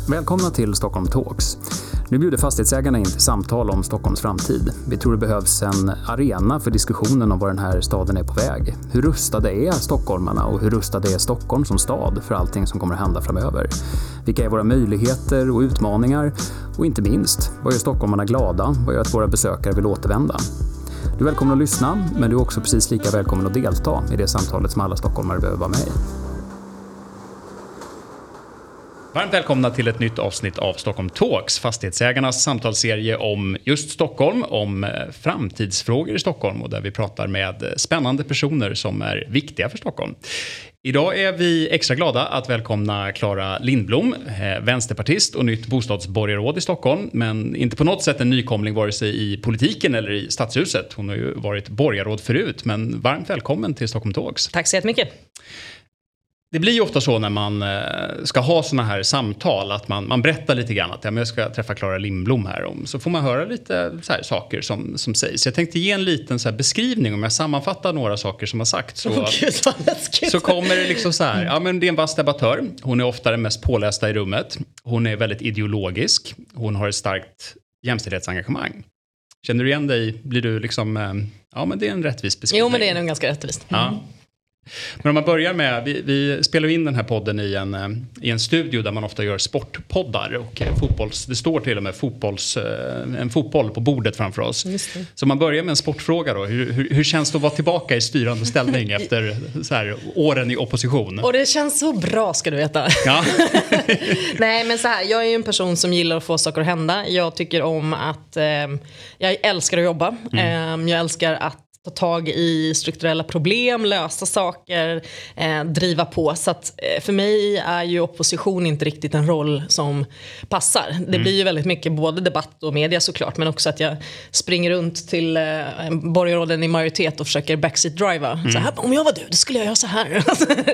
Välkomna till Stockholm Talks. Nu bjuder fastighetsägarna in till samtal om Stockholms framtid. Vi tror det behövs en arena för diskussionen om var den här staden är på väg. Hur rustade är stockholmarna och hur rustade är Stockholm som stad för allting som kommer att hända framöver? Vilka är våra möjligheter och utmaningar? Och inte minst, vad gör stockholmarna glada? Vad gör att våra besökare vill återvända? Du är välkommen att lyssna, men du är också precis lika välkommen att delta i det samtalet som alla stockholmare behöver vara med i. Varmt välkomna till ett nytt avsnitt av Stockholm Talks, fastighetsägarnas samtalsserie om just Stockholm, om framtidsfrågor i Stockholm och där vi pratar med spännande personer som är viktiga för Stockholm. Idag är vi extra glada att välkomna Clara Lindblom, vänsterpartist och nytt bostadsborgarråd i Stockholm, men inte på något sätt en nykomling vare sig i politiken eller i stadshuset. Hon har ju varit borgarråd förut, men varmt välkommen till Stockholm Talks. Tack så jättemycket. Det blir ju ofta så när man ska ha såna här samtal att man berättar lite grann att jag ska träffa Clara Lindblom här om. Så får man höra lite så här saker som sägs. Jag tänkte ge en liten så här beskrivning om jag sammanfattar några saker som har sagt. Så kommer det liksom så här, ja men det är en vass debattör. Hon är ofta den mest pålästa i rummet. Hon är väldigt ideologisk. Hon har ett starkt jämställdhetsengagemang. Känner du igen dig? Blir du liksom, ja men det är en rättvis beskrivning. Jo men det är nog ganska rättvist. Ja. Men om man börjar med, vi spelar in den här podden i en studio där man ofta gör sportpoddar och det står till och med en fotboll på bordet framför oss. Så man börjar med en sportfråga då. Hur känns det att vara tillbaka i styrande ställning efter så här, åren i opposition? Och det känns så bra, ska du veta. Ja. Nej men så här, jag är ju en person som gillar att få saker att hända. Jag tycker om att, jag älskar att jobba. Jag älskar att ta tag i strukturella problem, lösa saker, driva på. Så att för mig är ju opposition inte riktigt en roll som passar. Det blir ju väldigt mycket både debatt och media såklart, men också att jag springer runt till borgarråden i majoritet och försöker backseat-driva. Så här, om jag var du, då skulle jag göra så här.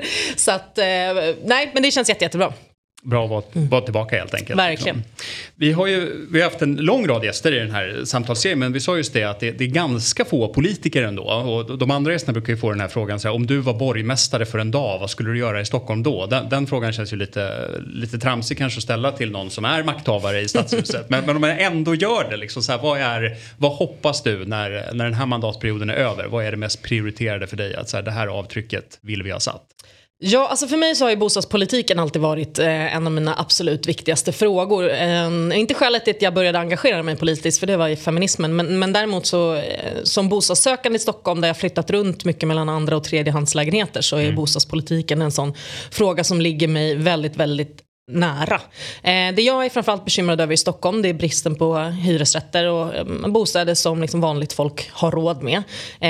Så att, nej, men det känns jättebra. Bra att vara tillbaka helt enkelt. Verkligen. Vi har haft en lång rad gäster i den här samtalsserien, men vi sa just det att det är ganska få politiker ändå. Och de andra gästerna brukar ju få den här frågan så här, om du var borgmästare för en dag, vad skulle du göra i Stockholm då? Den frågan känns ju lite tramsig kanske att ställa till någon som är makthavare i stadshuset. men om man ändå gör det, liksom, så här, vad hoppas du när den här mandatperioden är över? Vad är det mest prioriterade för dig? Att så här, det här avtrycket vill vi ha satt? Ja, alltså för mig så har ju bostadspolitiken alltid varit en av mina absolut viktigaste frågor. Inte skälet till att jag började engagera mig politiskt, för det var ju feminismen. Men däremot så som bostadssökande i Stockholm, där jag flyttat runt mycket mellan andra- och tredjehandslägenheter, så är bostadspolitiken en sån fråga som ligger mig väldigt, väldigt nära. Det jag är framförallt bekymrad över i Stockholm, det är bristen på hyresrätter och bostäder som liksom vanligt folk har råd med.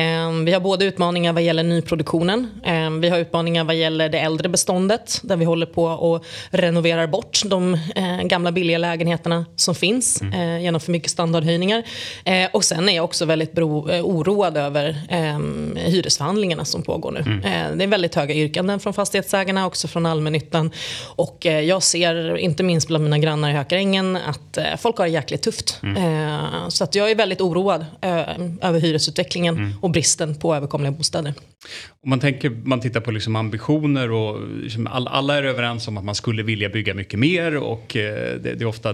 Vi har både utmaningar vad gäller nyproduktionen, vi har utmaningar vad gäller det äldre beståndet där vi håller på att renovera bort de gamla billiga lägenheterna som finns genom för mycket standardhöjningar. Och sen är jag också väldigt oroad över hyresförhandlingarna som pågår nu. Det är väldigt höga yrkanden från fastighetsägarna, också från allmännyttan, och jag ser inte minst bland mina grannar i Hökarängen att folk har det jäkligt tufft. Så att jag är väldigt oroad över hyresutvecklingen och bristen på överkomliga bostäder. Om man tittar på liksom ambitioner och liksom alla är överens om att man skulle vilja bygga mycket mer, och det är ofta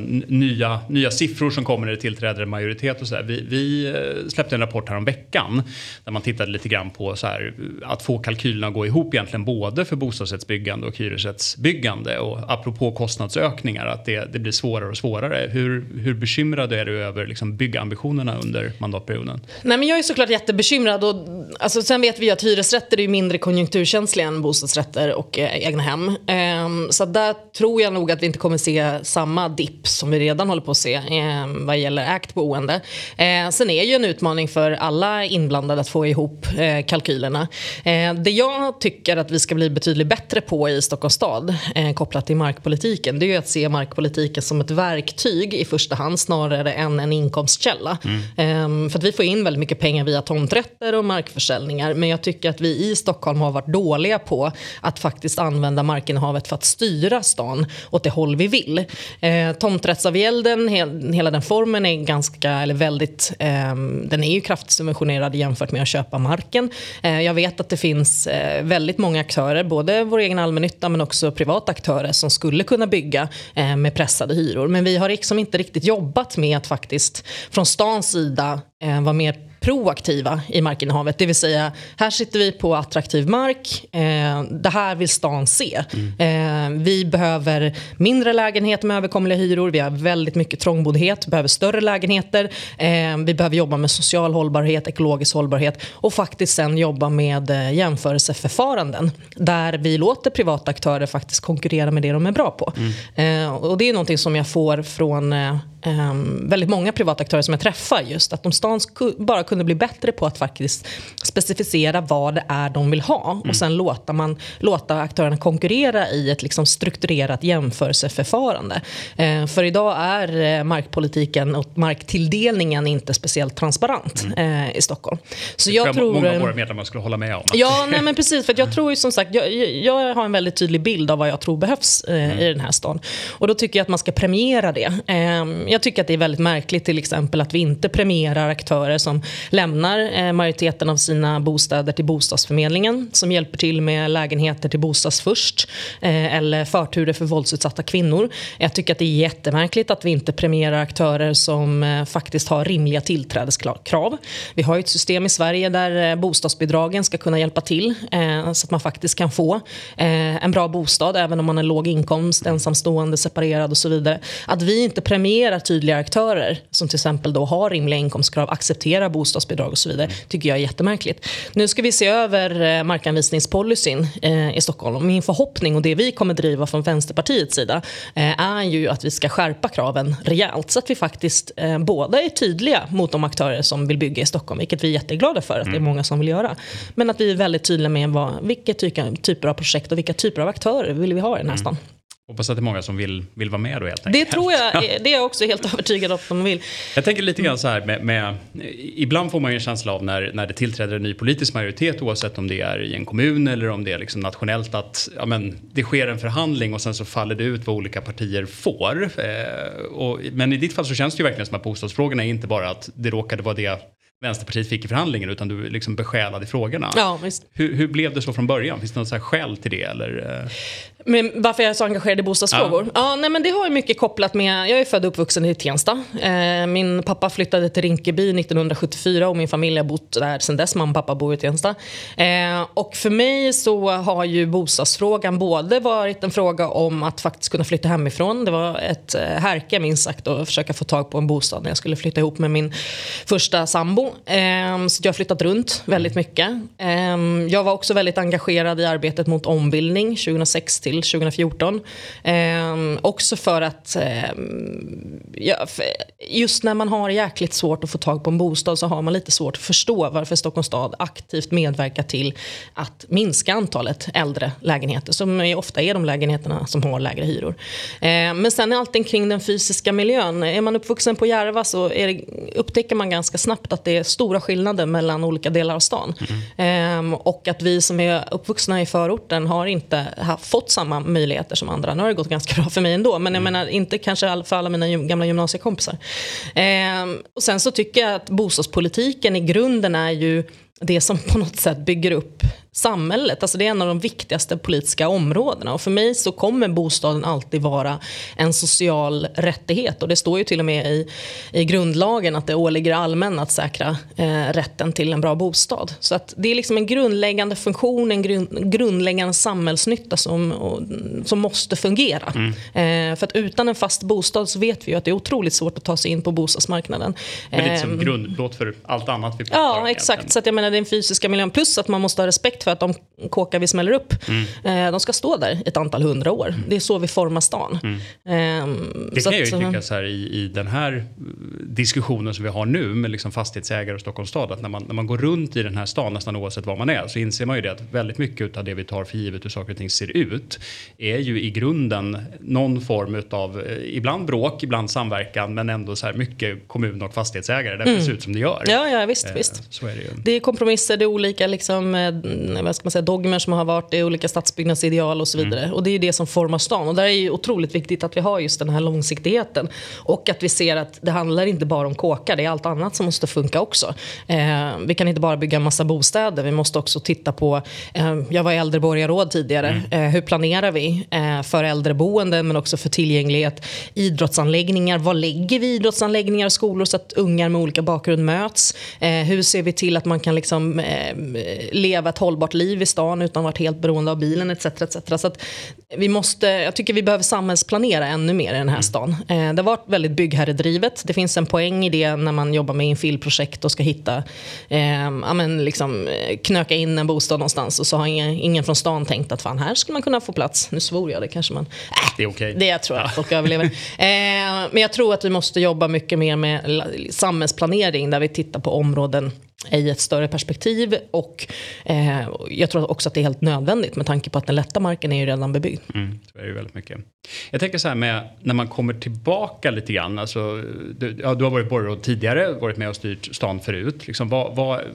nya siffror som kommer när det tillträder en majoritet och så där. Vi släppte en rapport här om veckan där man tittade lite grann på så här, att få kalkylerna att gå ihop egentligen både för bostadsrättsbyggande och hyresrättsbyggande, och apropå kostnadsökningar att det blir svårare och svårare. Hur bekymrad är du över liksom byggambitionerna under mandatperioden? Nej, men jag är såklart jättebekymrad, och alltså, sen vet vi att hyresrätter är ju mindre konjunkturkänsliga än bostadsrätter och egna hem. Så där tror jag nog att vi inte kommer se samma dipp som vi redan håller på att se vad gäller ägt boende. Sen är ju en utmaning för alla inblandade att få ihop kalkylerna. Det jag tycker att vi ska bli betydligt bättre på i Stockholms stad kopplat till markpolitiken, det är ju att se markpolitiken som ett verktyg i första hand snarare än en inkomstkälla. För att vi får in väldigt mycket pengar via tomträtter och markförsäljningar, men jag tycker tycker att vi i Stockholm har varit dåliga på att faktiskt använda markinnehavet för att styra stan åt det håll vi vill. Tomträttsavgälden, hela den formen är den är ju kraftigt subventionerad jämfört med att köpa marken. Jag vet att det finns väldigt många aktörer, både vår egen allmännytta men också privata aktörer som skulle kunna bygga med pressade hyror. Men vi har liksom inte riktigt jobbat med att faktiskt från stans sida vara mer proaktiva i markinnehavet. Det vill säga, här sitter vi på attraktiv mark. Det här vill stan se. Vi behöver mindre lägenheter med överkomliga hyror. Vi har väldigt mycket trångboddhet. Vi behöver större lägenheter. Vi behöver jobba med social hållbarhet, ekologisk hållbarhet och faktiskt sen jobba med jämförelseförfaranden där vi låter privata aktörer faktiskt konkurrera med det de är bra på. Och det är någonting som jag får från väldigt många privata aktörer som jag träffar, just att de bara kunde bli bättre på att faktiskt specificera vad det är de vill ha och sen låta aktörerna konkurrera i ett liksom strukturerat jämförelseförfarande. För idag är markpolitiken och marktilldelningen inte speciellt transparent i Stockholm. Så jag tror många av våra medlemmar skulle hålla med om. Ja, nej, men precis, för att jag tror ju som sagt, jag har en väldigt tydlig bild av vad jag tror behövs i den här stan. Och då tycker jag att man ska premiera det. Jag tycker att det är väldigt märkligt till exempel att vi inte premierar aktörer som lämnar majoriteten av sina bostäder till bostadsförmedlingen, som hjälper till med lägenheter till bostads först eller förturer för våldsutsatta kvinnor. Jag tycker att det är jättemärkligt att vi inte premierar aktörer som faktiskt har rimliga tillträdeskrav. Vi har ju ett system i Sverige där bostadsbidragen ska kunna hjälpa till så att man faktiskt kan få en bra bostad även om man har låg inkomst, ensamstående, separerad och så vidare. Att vi inte premierar tydliga aktörer som till exempel då har rimliga inkomstkrav, accepterar bostadsbidrag och så vidare, tycker jag är jättemärkligt. Nu ska vi se över markanvisningspolicyn i Stockholm. Och min förhoppning och det vi kommer driva från Vänsterpartiets sida är ju att vi ska skärpa kraven rejält så att vi faktiskt båda är tydliga mot de aktörer som vill bygga i Stockholm, vilket vi är jätteglada för att det är många som vill göra. Men att vi är väldigt tydliga med vilka typer av projekt och vilka typer av aktörer vill vi ha i den här stan. Hoppas att det är många som vill vara med då helt enkelt. Det tror jag, det är jag också helt övertygad om att de vill. Jag tänker lite grann så här med ibland får man ju en känsla av när det tillträder en ny politisk majoritet, oavsett om det är i en kommun eller om det är liksom nationellt, att det sker en förhandling och sen så faller det ut vad olika partier får. Men i ditt fall så känns det ju verkligen som att bostadsfrågorna är inte bara att det råkade vara det Vänsterpartiet fick i förhandlingen, utan du liksom besjälade i frågorna. Ja, visst. Hur blev det så från början? Finns det något så här skäl till det? Eller? Men varför jag är så engagerad i bostadsfrågor? Ja, nej, men det har ju mycket kopplat med... Jag är född och uppvuxen i Tensta. Min pappa flyttade till Rinkeby 1974 och min familj har bott där sedan dess. Mamma och pappa bor i Tensta. Och för mig så har ju bostadsfrågan både varit en fråga om att faktiskt kunna flytta hemifrån. Det var ett härke minst sagt att försöka få tag på en bostad när jag skulle flytta ihop med min första sambo. Så jag har flyttat runt väldigt mycket. Jag var också väldigt engagerad i arbetet mot ombildning 2006 till 2014. Också för att just när man har jäkligt svårt att få tag på en bostad så har man lite svårt att förstå varför Stockholms stad aktivt medverkar till att minska antalet äldre lägenheter som ofta är de lägenheterna som har lägre hyror. Men sen är allting kring den fysiska miljön. Är man uppvuxen på Järva så upptäcker man ganska snabbt att det är stora skillnader mellan olika delar av stan. Och att vi som är uppvuxna i förorten har inte fått samma möjligheter som andra. Nu har det gått ganska bra för mig ändå, men jag menar inte kanske för alla mina gamla gymnasiekompisar. Och sen så tycker jag att bostadspolitiken i grunden är ju det som på något sätt bygger upp samhället. Alltså det är en av de viktigaste politiska områdena. Och för mig så kommer bostaden alltid vara en social rättighet. Och det står ju till och med i grundlagen att det åligger allmän att säkra rätten till en bra bostad. Så att det är liksom en grundläggande funktion, en grundläggande samhällsnytta som måste fungera. För att utan en fast bostad så vet vi ju att det är otroligt svårt att ta sig in på bostadsmarknaden. Men det är som grundplåt för allt annat vi pratar om. Ja, exakt. Så att jag menar den fysiska miljön plus att man måste ha respekt för att de kåkar vi smäller upp, de ska stå där ett antal 100 år. Det är så vi formar stan. Det kan jag ju tycka så här i den här diskussionen som vi har nu med liksom fastighetsägare och Stockholms stad, att när man går runt i den här stan nästan oavsett var man är, så inser man ju det att väldigt mycket av det vi tar för givet hur saker och ting ser ut är ju i grunden någon form av ibland bråk, ibland samverkan, men ändå så här mycket kommun- och fastighetsägare. Därför det ser ut som det gör. Ja, visst. Så är det ju. Det är kompromisser, det är olika liksom, vad ska man säga, dogmer som har varit, det är olika stadsbyggnadsideal och så vidare. Och det är ju det som formar stan. Och där är ju otroligt viktigt att vi har just den här långsiktigheten. Och att vi ser att det handlar inte bara om kåkar, det är allt annat som måste funka också. Vi kan inte bara bygga en massa bostäder, vi måste också titta på, jag var äldreborgarråd tidigare, hur planerar vi för äldreboenden men också för tillgänglighet, idrottsanläggningar, vad lägger vi idrottsanläggningar och skolor så att ungar med olika bakgrund möts, hur ser vi till att man kan liksom, leva ett hållbart liv i stan utan att vara helt beroende av bilen etc. Så att jag tycker vi behöver samhällsplanera ännu mer i den här stan. Det har varit väldigt byggherredrivet. Det finns en poäng i det när man jobbar med infillprojekt och ska hitta knöka in en bostad någonstans, och så har ingen från stan tänkt att fan, här skulle man kunna få plats. Nu svor jag, det kanske man... Det är okej. Det tror jag att folk överlever. Men jag tror att vi måste jobba mycket mer med samhällsplanering där vi tittar på områden i ett större perspektiv, och jag tror också att det är helt nödvändigt med tanke på att den lätta marken är ju redan bebyggd. Det är ju väldigt mycket. Jag tänker så här med, när man kommer tillbaka lite grann, alltså, du har varit borgarråd tidigare, varit med och styrt stan förut. Liksom,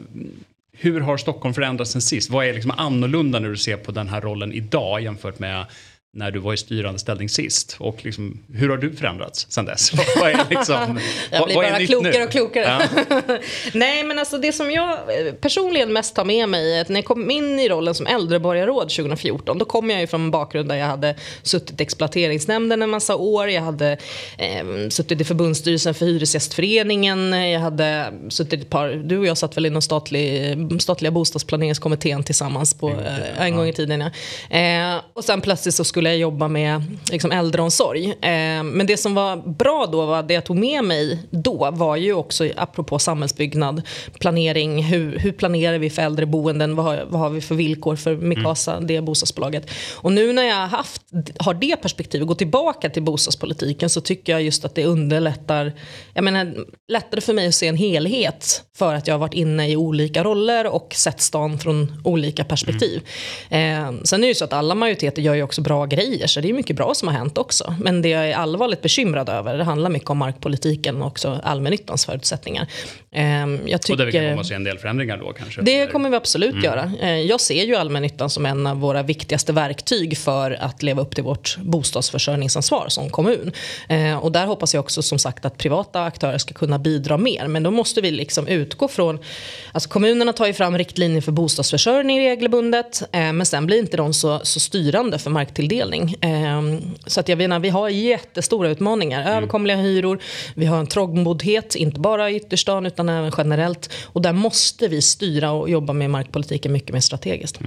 hur har Stockholm förändrats sen sist? Vad är liksom annorlunda när du ser på den här rollen idag jämfört med när du var i styrande ställning sist? Och liksom, hur har du förändrats sen dess? Vad är liksom, jag blir bara klokare och klokare. Ja. Nej, men alltså det som jag personligen mest tar med mig är att när jag kom in i rollen som äldreborgarråd 2014, då kom jag ju från en bakgrund där jag hade suttit i exploateringsnämnden en massa år. Jag hade suttit i förbundsstyrelsen för Hyresgästföreningen. Jag hade suttit du och jag satt väl i någon statliga bostadsplaneringskommittén tillsammans på en gång i tiden. Ja. Och sen plötsligt så skulle jag jobba med liksom äldreomsorg. Men det som var bra då, var det jag tog med mig då, var ju också apropå samhällsbyggnad, planering, hur planerar vi för äldreboenden, vad har vi för villkor för Mikasa, det bostadsbolaget. Och nu när jag har det perspektivet, gå tillbaka till bostadspolitiken, så tycker jag just att det underlättar, lättare för mig att se en helhet, för att jag har varit inne i olika roller och sett stan från olika perspektiv. Sen är det ju så att alla majoriteter gör ju också bra grejer, så det är mycket bra som har hänt också. Men det jag är allvarligt bekymrad över, det handlar mycket om markpolitiken och också allmännyttans förutsättningar. Jag tycker, och där vi kan komma att se en del förändringar då kanske? Det kommer vi absolut göra. Jag ser ju allmännyttan som en av våra viktigaste verktyg för att leva upp till vårt bostadsförsörjningsansvar som kommun. Och där hoppas jag också som sagt att privata aktörer ska kunna bidra mer. Men då måste vi liksom utgå från, alltså kommunerna tar ju fram riktlinjer för bostadsförsörjning regelbundet, men sen blir inte de så styrande för marktilldelning. Så att jag menar, vi har jättestora utmaningar. Överkomliga hyror, vi har en trångboddhet, inte bara i ytterstan utan även generellt. Och där måste vi styra och jobba med markpolitiken mycket mer strategiskt.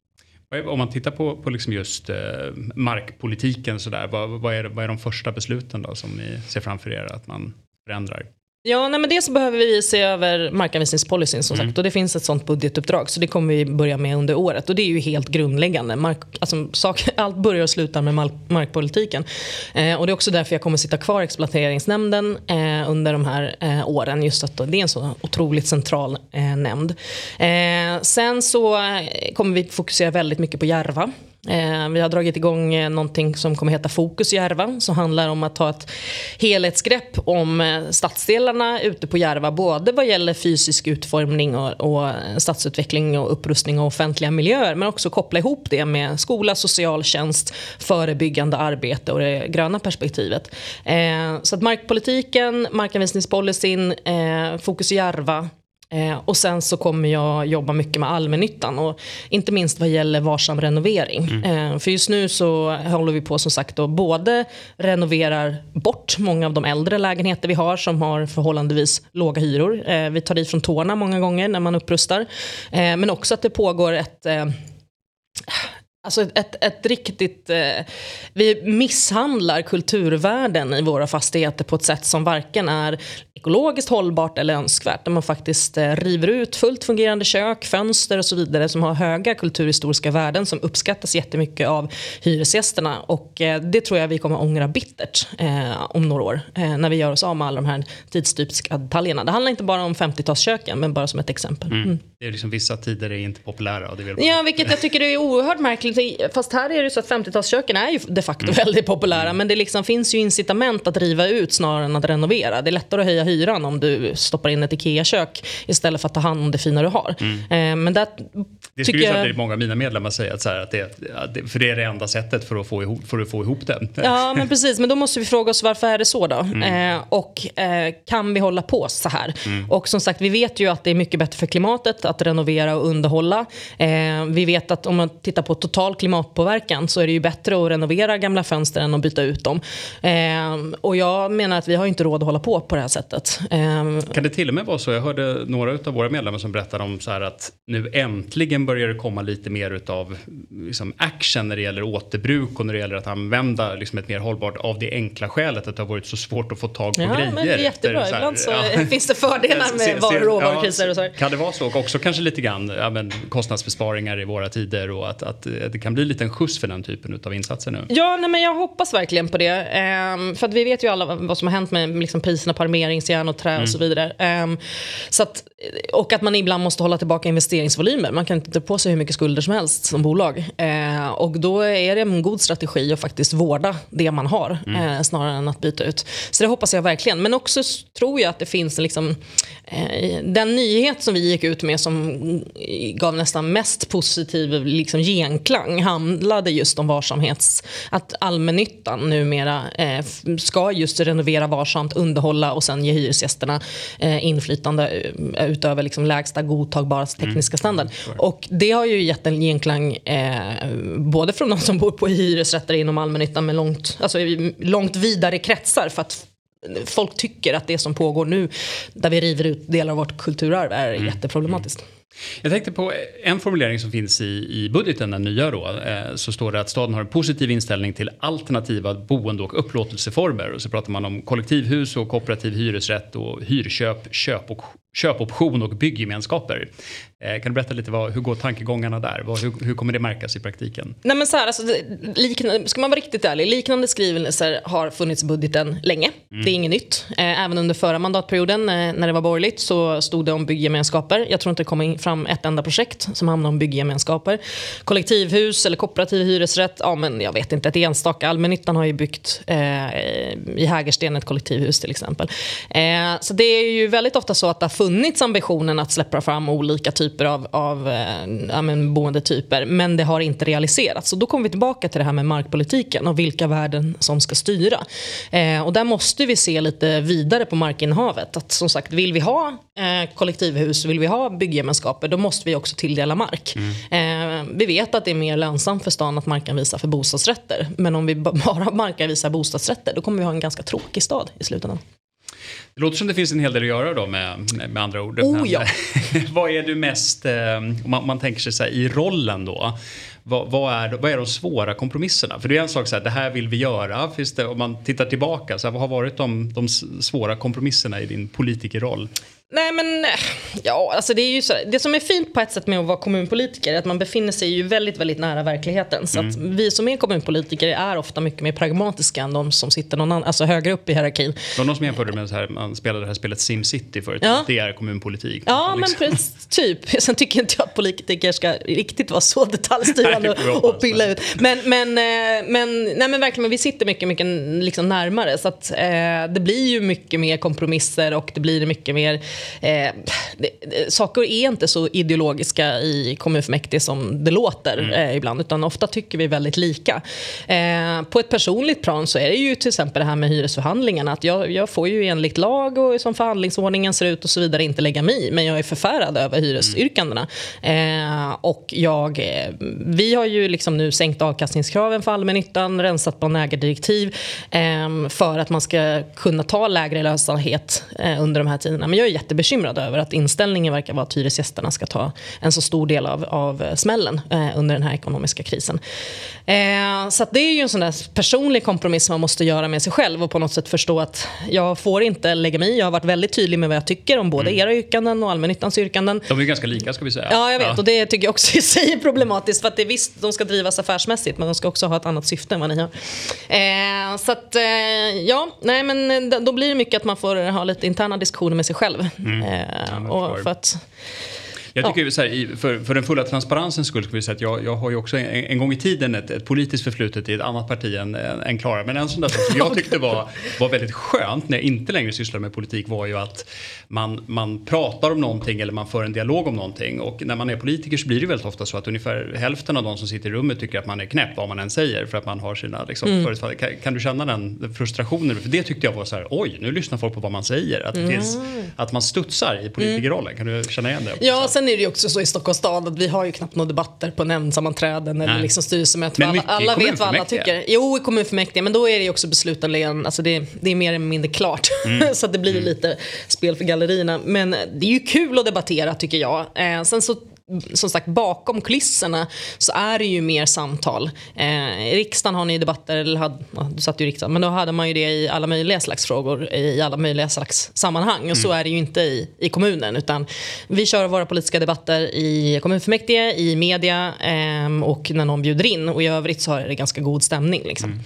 Om man tittar på liksom just markpolitiken så där, vad är de första besluten då som ni ser framför er att man förändrar? Ja, men det så behöver vi se över markanvisningspolicyn som sagt, och det finns ett sånt budgetuppdrag, så det kommer vi börja med under året, och det är ju helt grundläggande. Allt börjar och slutar med markpolitiken, och det är också därför jag kommer sitta kvar i exploateringsnämnden under de här åren, just att det är en så otroligt central nämnd. Sen så kommer vi fokusera väldigt mycket på Järva. Vi har dragit igång någonting som kommer heta Fokus Järva, som handlar om att ta ett helhetsgrepp om stadsdelarna ute på Järva, både vad gäller fysisk utformning och stadsutveckling och upprustning av offentliga miljöer, men också koppla ihop det med skola, socialtjänst, förebyggande arbete och det gröna perspektivet. Så att markpolitiken, markanvisningspolicyn, Fokus Järva. Och sen så kommer jag jobba mycket med allmännyttan, och inte minst vad gäller varsam renovering. För just nu så håller vi på som sagt och både renoverar bort många av de äldre lägenheter vi har som har förhållandevis låga hyror. Vi tar i från tårna många gånger när man upprustar. Men också att det pågår ett riktigt... Vi misshandlar kulturvärden i våra fastigheter på ett sätt som varken är ekologiskt hållbart eller önskvärt, där man faktiskt river ut fullt fungerande kök, fönster och så vidare som har höga kulturhistoriska värden som uppskattas jättemycket av hyresgästerna, och det tror jag vi kommer ångra bittert om några år när vi gör oss av med alla de här tidstypiska detaljerna. Det handlar inte bara om 50-talsköken, men bara som ett exempel. Det är liksom vissa tider är inte populära. Och det vill ja, vilket jag tycker är oerhört märkligt. Fast här är det så att 50-talsköken är ju de facto väldigt populära, men det liksom finns ju incitament att riva ut snarare än att renovera. Det är lättare att höja hyran om du stoppar in ett IKEA-kök istället för att ta hand om det fina du har. Men det skulle ju samtidigt många av mina medlemmar säga att, så här, att för det är det enda sättet för att få ihop det. Ja, men precis. Men då måste vi fråga oss, varför är det så då? Och kan vi hålla på så här? Och som sagt, vi vet ju att det är mycket bättre för klimatet att renovera och underhålla. Vi vet att om man tittar på total klimatpåverkan så är det ju bättre att renovera gamla fönster än att byta ut dem. Och jag menar att vi har inte råd att hålla på det här sättet. Kan det till och med vara så? Jag hörde några av våra medlemmar som berättade om så här att nu äntligen börjar det komma lite mer utav liksom action när det gäller återbruk och när det gäller att använda liksom ett mer hållbart, av det enkla skälet att det har varit så svårt att få tag på grejer. Men det är jättebra. Ibland så finns det fördelar med råvarukriser och så här. Kan det vara så? Och också kanske lite grann kostnadsbesparingar i våra tider, och att det kan bli lite en skjuts för den typen av insatser nu. Ja, men jag hoppas verkligen på det. För att vi vet ju alla vad som har hänt med liksom priserna på armeringsjärn och trä och så vidare. Så att, och att man ibland måste hålla tillbaka investeringsvolymer. Man kan inte ta på sig hur mycket skulder som helst som bolag. Och då är det en god strategi att faktiskt vårda det man har snarare än att byta ut. Så det hoppas jag verkligen. Men också tror jag att det finns liksom, den nyhet som vi gick ut med som gav nästan mest positiv liksom genklang handlade just om varsamhets, att allmännyttan numera ska just renovera varsamt, underhålla och sen ge hyresgästerna inflytande utöver liksom lägsta godtagbara tekniska standard. Och det har ju gett en genklang både från de som bor på hyresrätter inom allmännyttan med långt vidare kretsar, för att folk tycker att det som pågår nu där vi river ut delar av vårt kulturarv är jätteproblematiskt. Jag tänkte på en formulering som finns i budgeten, den nya då, så står det att staden har en positiv inställning till alternativa boende- och upplåtelseformer, och så pratar man om kollektivhus och kooperativ hyresrätt och hyrköp, köpoption och bygggemenskaper. Kan du berätta lite hur går tankegångarna där? Hur kommer det märkas i praktiken? Nej, men så här, alltså, ska man vara riktigt ärlig, liknande skrivelser har funnits i budgeten länge. Det är inget nytt. Även under förra mandatperioden när det var borgerligt så stod det om bygggemenskaper. Jag tror inte det kommer fram ett enda projekt som handlar om bygggemenskaper. Kollektivhus eller kooperativ hyresrätt, ja men jag vet inte, ett enstaka. Allmännyttan har ju byggt i Hägersten ett kollektivhus till exempel. Så det är ju väldigt ofta så att det har funnits ambitionen att släppa fram olika typer av boendetyper, men det har inte realiserats. Så då kommer vi tillbaka till det här med markpolitiken och vilka värden som ska styra. Och där måste vi se lite vidare på markinnehavet. Att som sagt, vill vi ha kollektivhus, vill vi ha bygggemenskaper, då måste vi också tilldela mark. Vi vet att det är mer lönsamt för stan att markanvisa för bostadsrätter, men om vi bara markanvisar bostadsrätter, då kommer vi ha en ganska tråkig stad i slutändan. Det låter som det finns en hel del att göra då med andra ord. Ja. Vad är du mest, om man tänker sig så här, i rollen då, vad är de svåra kompromisserna? För det är en sak så här, det här vill vi göra. Finns det, om man tittar tillbaka, så här, vad har varit de svåra kompromisserna i din politikerroll? Nej, men ja, alltså det är ju så. Det som är fint på ett sätt med att vara kommunpolitiker är att man befinner sig ju väldigt, väldigt nära verkligheten. Så att vi som är kommunpolitiker är ofta mycket mer pragmatiska än de som sitter alltså högre upp i hierarkin. Det var någon som jämförde med så här, man spelade det här spelet SimCity förut. Ja. Det är kommunpolitik. Ja, liksom. Men typ. Sen tycker inte jag att politiker ska riktigt vara så detaljstyrande och pilla ut. Men verkligen, vi sitter mycket, mycket liksom närmare. Så att det blir ju mycket mer kompromisser och det blir mycket mer saker är inte så ideologiska i kommunfullmäktige som det låter ibland, utan ofta tycker vi väldigt lika. På ett personligt plan så är det ju till exempel det här med hyresförhandlingarna, att jag får ju enligt lag och som förhandlingsordningen ser ut och så vidare inte lägga mig i, men jag är förfärad över hyresyrkandena. Och vi har ju liksom nu sänkt avkastningskraven för allmännyttan, rensat på ägardirektiv för att man ska kunna ta lägre lönsamhet under de här tiderna. Men jag är jättebekymrad över att inställningen verkar vara att hyresgästerna ska ta en så stor del av smällen under den här ekonomiska krisen. Så att det är ju en sån där personlig kompromiss man måste göra med sig själv och på något sätt förstå att jag får inte lägga mig. Jag har varit väldigt tydlig med vad jag tycker om både era yrkanden och allmännyttans yrkanden. De är ganska lika, ska vi säga. Ja, jag vet. Och det tycker jag också i sig är problematiskt, för att det är visst, de ska drivas affärsmässigt, men de ska också ha ett annat syfte än vad ni har. Så att, men då blir det mycket att man får ha lite interna diskussioner med sig själv. Och för att... Jag tycker så här, för den fulla transparensens skull ska vi säga att jag har ju också en gång i tiden ett politiskt förflutet i ett annat parti än Klara. Men en sån där sak som jag tyckte var väldigt skönt när jag inte längre sysslar med politik var ju att man pratar om någonting eller man för en dialog om någonting. Och när man är politiker så blir det väldigt ofta så att ungefär hälften av de som sitter i rummet tycker att man är knäpp vad man än säger för att man har sina förutfattade. Kan du känna den frustrationen? För det tyckte jag var så här, oj, nu lyssnar folk på vad man säger. Att man studsar i politikerrollen. Kan du känna igen det? Ja, sen är det ju också så i Stockholms stad att vi har ju knappt några debatter på nämndsammanträden eller liksom styrelsemöten. Alla vet vad alla tycker. Jo, i kommunfullmäktige, men då är det ju också beslutande. Alltså det är mer eller mindre klart. Så att det blir lite spel för gallerierna. Men det är ju kul att debattera, tycker jag. Sen så, som sagt, bakom kulisserna så är det ju mer samtal. I riksdagen har ni debatter, eller du satt ju i riksdagen, men då hade man ju det i alla möjliga slags frågor, i alla möjliga slags sammanhang. Och så är det ju inte i kommunen, utan vi kör våra politiska debatter i kommunfullmäktige, i media och när någon bjuder in. Och i övrigt så har det ganska god stämning liksom.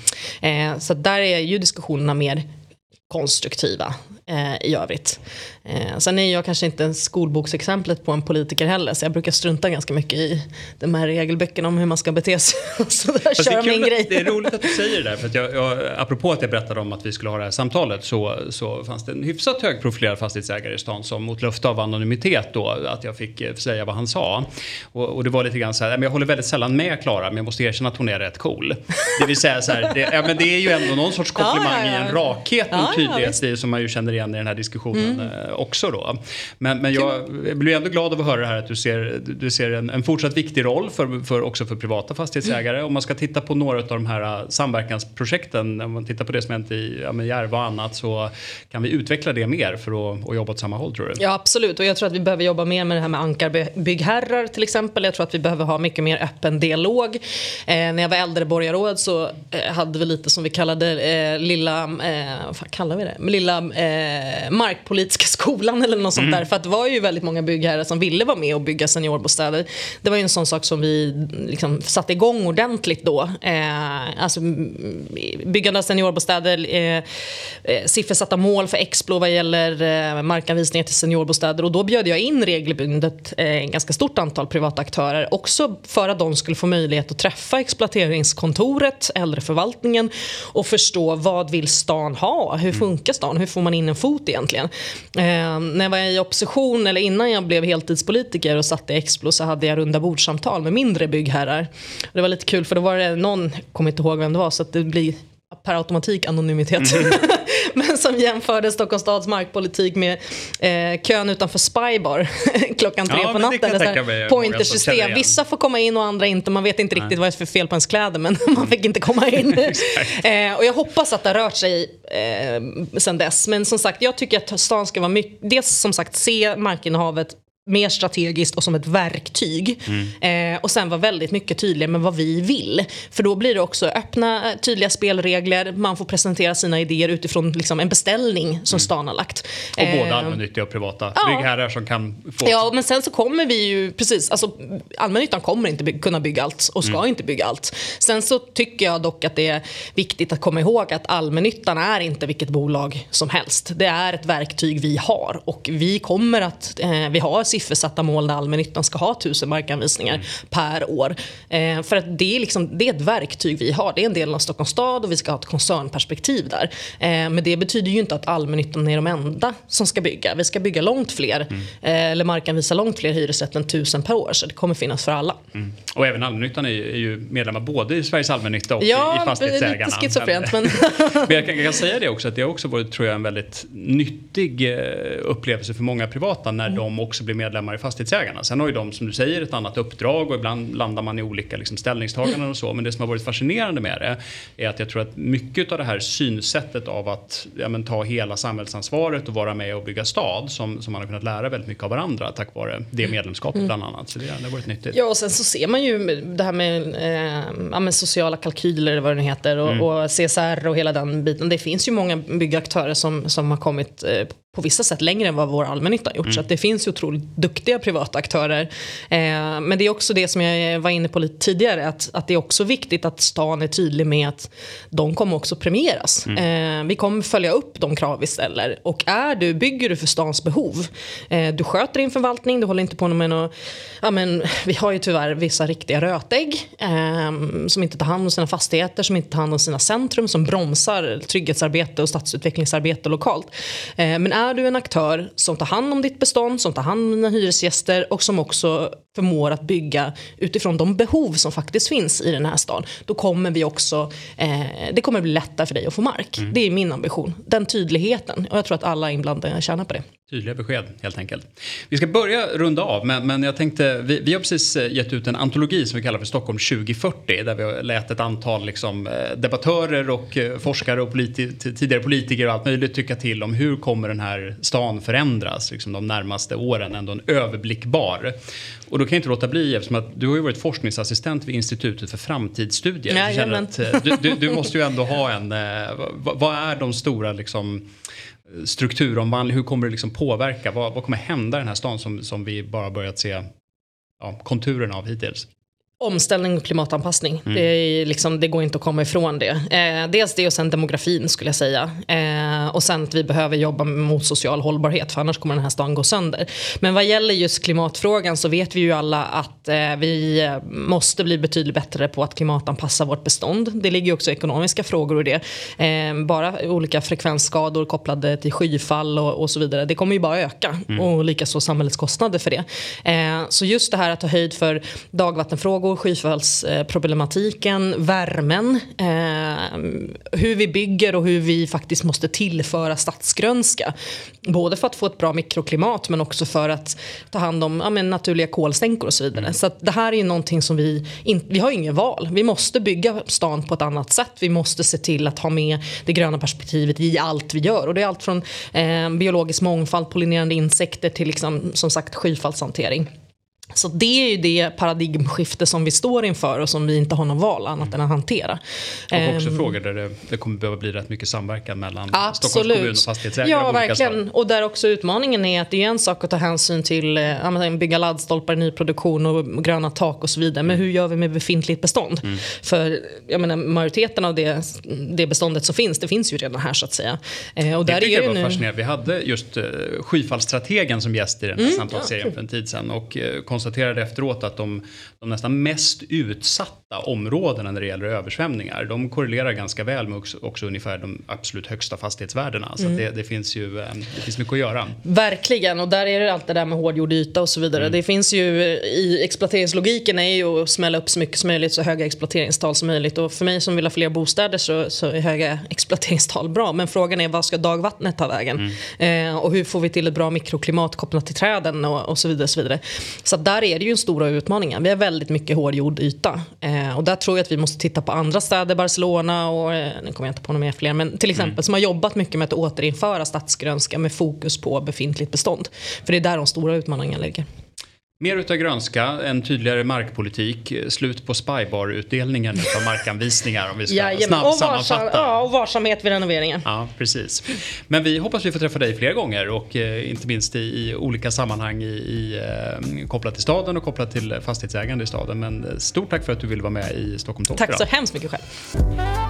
Så där är ju diskussionerna mer konstruktiva i övrigt. Sen är jag kanske inte en skolboksexemplet på en politiker heller, så jag brukar strunta ganska mycket i de här regelböckerna om hur man ska bete sig. Så där kör min grej. Det är roligt att du säger det där, för att jag apropå att jag berättade om att vi skulle ha det här samtalet så fanns det en hyfsat högprofilerad fastighetsägare i stan som mot löfte av anonymitet då, att jag fick säga vad han sa. Och det var lite grann så här, men jag håller väldigt sällan med Klara, men jag måste erkänna att hon är rätt cool. Det vill säga så här, men det är ju ändå någon sorts komplimang i en rakhet och tydlighet som man ju känner igen i den här diskussionen också då. Men jag blir ändå glad av att höra det här att du ser en fortsatt viktig roll också för privata fastighetsägare. Om man ska titta på några av de här samverkansprojekten, om man tittar på det som hänt i Järva och annat, så kan vi utveckla det mer för att jobba åt samma håll, tror du? Ja, absolut. Och jag tror att vi behöver jobba mer med det här med ankarbyggherrar till exempel. Jag tror att vi behöver ha mycket mer öppen dialog. När jag var äldreborgarråd så hade vi lite som vi kallade lilla markpolitiska skolan eller något sånt där. För att det var ju väldigt många byggherrar som ville vara med och bygga seniorbostäder. Det var ju en sån sak som vi liksom satte igång ordentligt då. Alltså byggande av seniorbostäder, siffersatta mål för Explo vad gäller markanvisningar till seniorbostäder. Och då bjöd jag in regelbundet ganska stort antal privata aktörer, också för att de skulle få möjlighet att träffa exploateringskontoret, äldreförvaltningen, och förstå vad vill stan ha? Hur funkar stan? Hur får man in en fot egentligen? När jag var i opposition, eller innan jag blev heltidspolitiker och satt i Explo, så hade jag runda bordsamtal med mindre byggherrar. Det var lite kul, för då var det någon, jag kommer inte ihåg vem det var, så att det blir per automatik anonymitet. Men som jämförde Stockholms stads markpolitik med kön utanför Spybar klockan 3 på natten. Pointersystem. Vissa får komma in och andra inte. Man vet inte riktigt vad det är för fel på ens kläder, men man fick inte komma in. Och jag hoppas att det har rört sig sedan dess. Men som sagt, jag tycker att stan ska vara mycket, dels som sagt se markinnehavet mer strategiskt och som ett verktyg. Och sen var väldigt mycket tydligare med vad vi vill. För då blir det också öppna, tydliga spelregler. Man får presentera sina idéer utifrån liksom en beställning som stan har lagt. Och både allmännyttiga och privata byggherrar som kan få... Ja, men sen så kommer vi ju... Precis, alltså allmännyttan kommer inte kunna bygga allt och ska inte bygga allt. Sen så tycker jag dock att det är viktigt att komma ihåg att allmännyttan är inte vilket bolag som helst. Det är ett verktyg vi har. Och vi kommer att... vi har siffersatta mål där allmännyttan ska ha 1000 markanvisningar per år. För att det är ett verktyg vi har. Det är en del av Stockholms stad och vi ska ha ett koncernperspektiv där. Men det betyder ju inte att allmännyttan är de enda som ska bygga. Vi ska bygga långt fler, eller markanvisa långt fler hyresrätter än 1000 per år. Så det kommer finnas för alla. Och även allmännyttan är ju medlemmar både i Sveriges allmännytta och i fastighetsägarna. Ja, lite schizofrent. Men jag kan säga det också, att det har också varit, tror jag, en väldigt nyttig upplevelse för många privata när de också blir styrelsemedlemmar i Fastighetsägarna. Sen har ju de, som du säger, ett annat uppdrag och ibland landar man i olika liksom ställningstaganden och så. Men det som har varit fascinerande med det är att jag tror att mycket av det här synsättet av att ta hela samhällsansvaret och vara med och bygga stad som man har kunnat lära väldigt mycket av varandra tack vare det medlemskapet bland annat. Så det har varit nyttigt. Ja, och sen så ser man ju det här med sociala kalkyler eller vad det nu heter och CSR och hela den biten. Det finns ju många byggaktörer som har kommit på vissa sätt längre än vad vår allmännytta har gjort. Så att det finns ju otroligt duktiga privata aktörer. Men det är också det som jag var inne på lite tidigare, att det är också viktigt att stan är tydlig med att de kommer också premieras. Vi kommer följa upp de krav vi ställer. Och bygger du för stans behov, du sköter din förvaltning, du håller inte på med något, vi har ju tyvärr vissa riktiga rötägg som inte tar hand om sina fastigheter, som inte tar hand om sina centrum, som bromsar trygghetsarbete och stadsutvecklingsarbete lokalt. Men är du en aktör som tar hand om ditt bestånd, som tar hand om dina hyresgäster och som också förmår att bygga utifrån de behov som faktiskt finns i den här stan, då kommer vi också, det kommer bli lättare för dig att få mark. Det är min ambition, den tydligheten. Och jag tror att alla inblandade tjänar på det. Tydliga besked, helt enkelt. Vi ska börja runda av, men jag tänkte, vi har precis gett ut en antologi som vi kallar för Stockholm 2040, där vi har lät ett antal debattörer och forskare och tidigare politiker och allt möjligt tycka till om hur kommer den här stan förändras de närmaste åren, ändå en överblickbar. Och då kan jag inte låta bli, eftersom att du har ju varit forskningsassistent vid Institutet för framtidsstudier. Du måste ju ändå ha vad är de stora strukturomvandling, hur kommer det påverka, vad kommer hända i den här stan som vi bara börjat se konturerna av hittills? Omställning och klimatanpassning. Det går inte att komma ifrån det. Dels det och sen demografin skulle jag säga. Och sen att vi behöver jobba mot social hållbarhet, för annars kommer den här stan gå sönder. Men vad gäller just klimatfrågan så vet vi ju alla att vi måste bli betydligt bättre på att klimatanpassa vårt bestånd. Det ligger ju också ekonomiska frågor i det. Bara olika frekvensskador kopplade till skyfall och så vidare. Det kommer ju bara öka. Och likaså samhällets kostnader för det. Så just det här att ta höjd för dagvattenfrågor, skyfallsproblematiken, värmen, hur vi bygger och hur vi faktiskt måste tillföra stadsgrönska. Både för att få ett bra mikroklimat men också för att ta hand om naturliga kolstänkor och så vidare. Så att det här är ju någonting som vi har ingen val. Vi måste bygga stan på ett annat sätt. Vi måste se till att ha med det gröna perspektivet i allt vi gör. Och det är allt från biologisk mångfald, pollinerande insekter till som sagt skyfallshantering. Så det är ju det paradigmskifte som vi står inför och som vi inte har någon val annat än att hantera. Och också frågor där det kommer behöva bli rätt mycket samverkan mellan Stockholms kommun och fastighetsägare. Ja, verkligen. Och där också utmaningen är att det är en sak att ta hänsyn till bygga laddstolpar i nyproduktion och gröna tak och så vidare. Men hur gör vi med befintligt bestånd? För majoriteten av det beståndet som finns, det finns ju redan här så att säga. Och där det var fascinerande. Vi hade just skyfallsstrategen som gäst i den här samtalsserien för en tid sedan och konstaterade efteråt att de nästan mest utsatta områdena när det gäller översvämningar, de korrelerar ganska väl med också ungefär de absolut högsta fastighetsvärdena. Så det finns mycket att göra. Verkligen, och där är det allt det där med hårdgjord yta och så vidare. Det finns ju i exploateringslogiken är ju att smälla upp så mycket som möjligt, så höga exploateringstal som möjligt. Och för mig som vill ha fler bostäder så är höga exploateringstal bra. Men frågan är, vad ska dagvattnet ta vägen? Och hur får vi till ett bra mikroklimat kopplat till träden och så vidare. Så vidare. Så där är det ju en stora utmaning. Vi har väldigt mycket hårdgjord yta. Och där tror jag att vi måste titta på andra städer, Barcelona och nu kommer jag inte på några mer fler, men till exempel som har jobbat mycket med att återinföra stadsgrönska med fokus på befintligt bestånd. För det är där de stora utmaningarna ligger. Mer utav grönska, en tydligare markpolitik, slut på spybar-utdelningen av markanvisningar om vi ska snabbt sammanfatta. Och varsamhet vid renoveringen. Ja, precis. Men vi hoppas vi får träffa dig fler gånger och inte minst i olika sammanhang kopplat till staden och kopplat till fastighetsägande i staden. Men stort tack för att du ville vara med i Stockholm Talk. Tack så hemskt mycket själv.